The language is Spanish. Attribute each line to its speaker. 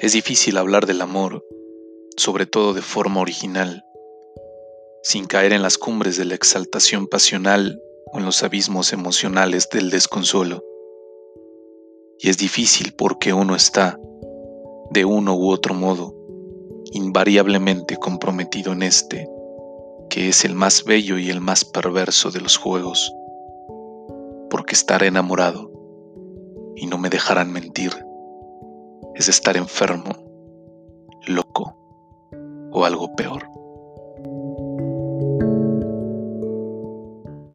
Speaker 1: Es difícil hablar del amor, sobre todo de forma original, sin caer en las cumbres de la exaltación pasional o en los abismos emocionales del desconsuelo. Y es difícil porque uno está, de uno u otro modo, invariablemente comprometido en este, que es el más bello y el más perverso de los juegos, porque estar enamorado, y no me dejarán mentir, es estar enfermo, loco o algo peor.